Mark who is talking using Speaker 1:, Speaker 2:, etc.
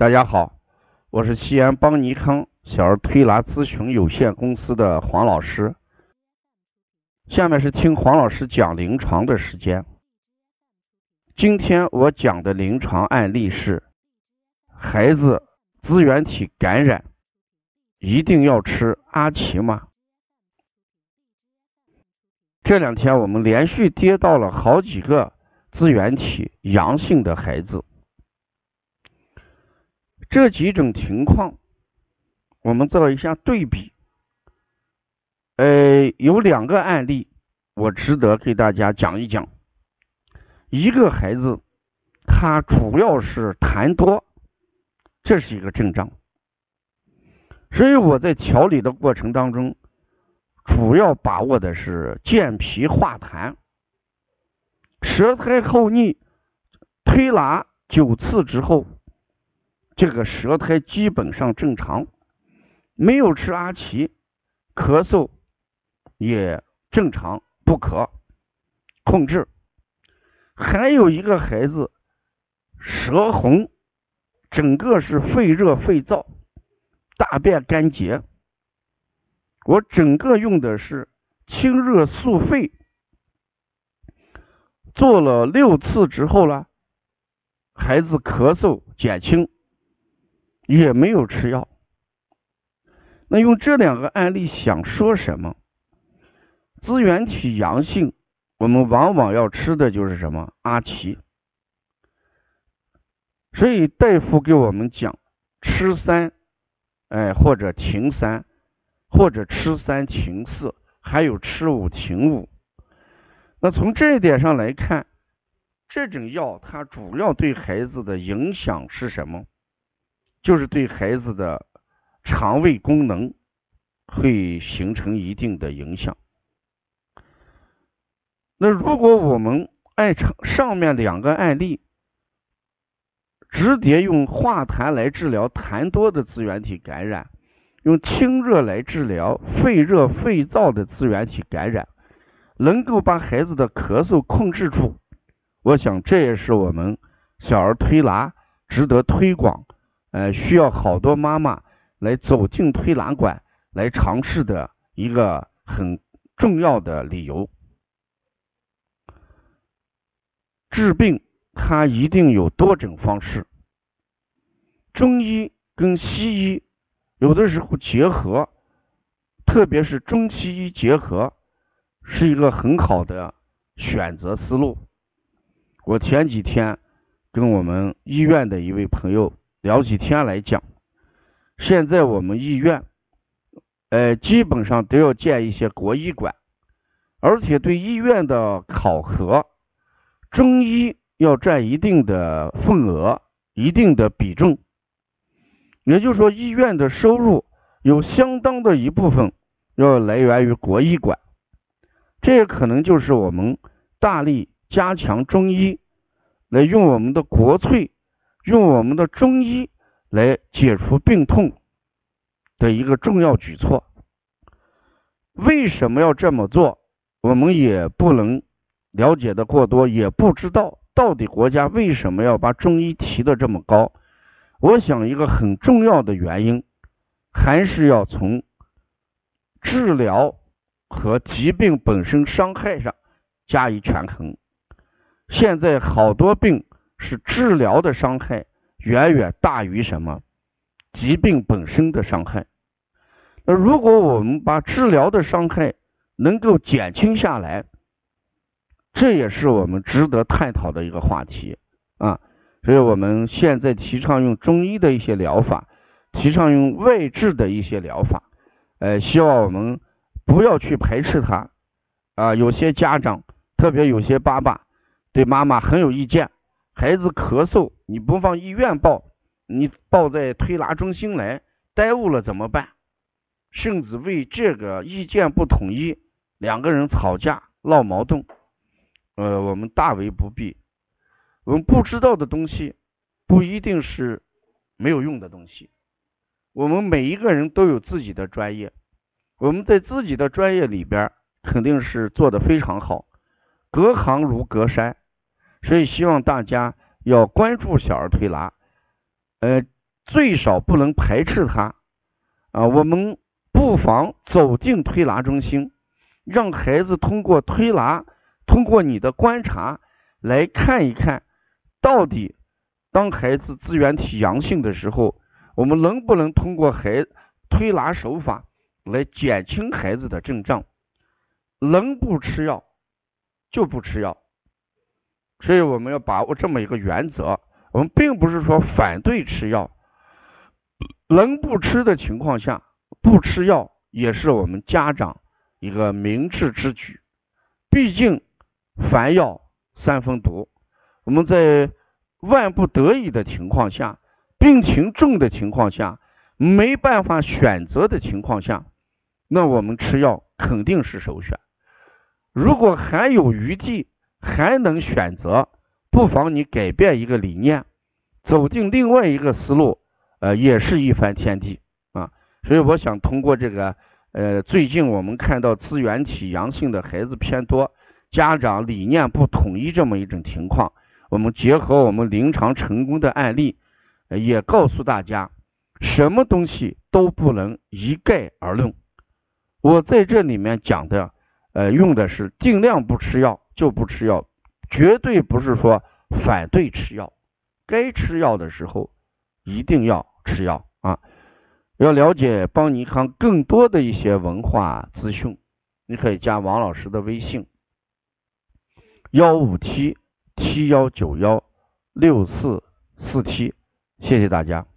Speaker 1: 大家好，我是西安邦尼康小儿推拿咨询有限公司的黄老师。下面是听黄老师讲临床的时间。今天我讲的临床案例是孩子支原体感染，一定要吃阿奇吗？这两天我们连续接到了好几个支原体阳性的孩子，这几种情况我们做了一下对比。有两个案例我值得给大家讲一讲。一个孩子他主要是痰多，这是一个症状，所以我在调理的过程当中主要把握的是健脾化痰。舌苔厚腻，推拿9次之后，这个舌苔基本上正常，没有吃阿奇，咳嗽也正常，不咳，控制。还有一个孩子舌红，整个是肺热肺燥，大便干结，我整个用的是清热速肺，做了6次之后了，孩子咳嗽减轻，也没有吃药。那用这两个案例想说什么？支原体阳性，我们往往要吃的就是什么？阿奇。所以大夫给我们讲吃3，或者停3，或者吃3停4，还有吃5停5。那从这一点上来看，这种药它主要对孩子的影响是什么？就是对孩子的肠胃功能会形成一定的影响。那如果我们按上面两个案例，直接用化痰来治疗痰多的支原体感染，用清热来治疗肺热肺燥的支原体感染，能够把孩子的咳嗽控制住，我想这也是我们小儿推拿值得推广，需要好多妈妈来走进推拿馆来尝试的一个很重要的理由。治病它一定有多种方式，中医跟西医有的时候结合，特别是中西医结合是一个很好的选择思路。我前几天跟我们医院的一位朋友聊起天来讲，现在我们医院基本上都要建一些国医馆，而且对医院的考核，中医要占一定的份额，一定的比重。也就是说，医院的收入有相当的一部分要来源于国医馆。这也可能就是我们大力加强中医，来用我们的国粹，用我们的中医来解除病痛的一个重要举措。为什么要这么做？我们也不能了解的过多，也不知道到底国家为什么要把中医提得这么高。我想一个很重要的原因，还是要从治疗和疾病本身伤害上加以权衡。现在好多病是治疗的伤害远远大于什么？疾病本身的伤害。那如果我们把治疗的伤害能够减轻下来，这也是我们值得探讨的一个话题啊。所以我们现在提倡用中医的一些疗法，提倡用外治的一些疗法，希望我们不要去排斥它啊。有些家长，特别有些爸爸对妈妈很有意见，孩子咳嗽你不往医院报，你报在推拿中心来，耽误了怎么办？甚至为这个意见不统一，两个人吵架闹矛盾，我们大为不必。我们不知道的东西不一定是没有用的东西，我们每一个人都有自己的专业，我们在自己的专业里边肯定是做得非常好，隔行如隔山。所以希望大家要关注小儿推拿， 最少不能排斥它我们不妨走进推拿中心，让孩子通过推拿，通过你的观察来看一看，到底当孩子支原体阳性的时候，我们能不能通过推拿手法来减轻孩子的症状。能不吃药就不吃药。所以我们要把握这么一个原则，我们并不是说反对吃药，能不吃的情况下不吃药也是我们家长一个明智之举。毕竟凡药三分毒，我们在万不得已的情况下，病情重的情况下，没办法选择的情况下，那我们吃药肯定是首选。如果还有余地，还能选择，不妨你改变一个理念，走进另外一个思路，也是一番天地啊。所以我想通过这个最近我们看到支原体阳性的孩子偏多，家长理念不统一这么一种情况，我们结合我们临床成功的案例，也告诉大家什么东西都不能一概而论。我在这里面讲的用的是尽量不吃药就不吃药，绝对不是说反对吃药，该吃药的时候一定要吃药啊。要了解邦尼康更多的一些文化资讯，你可以加王老师的微信15771916447，谢谢大家。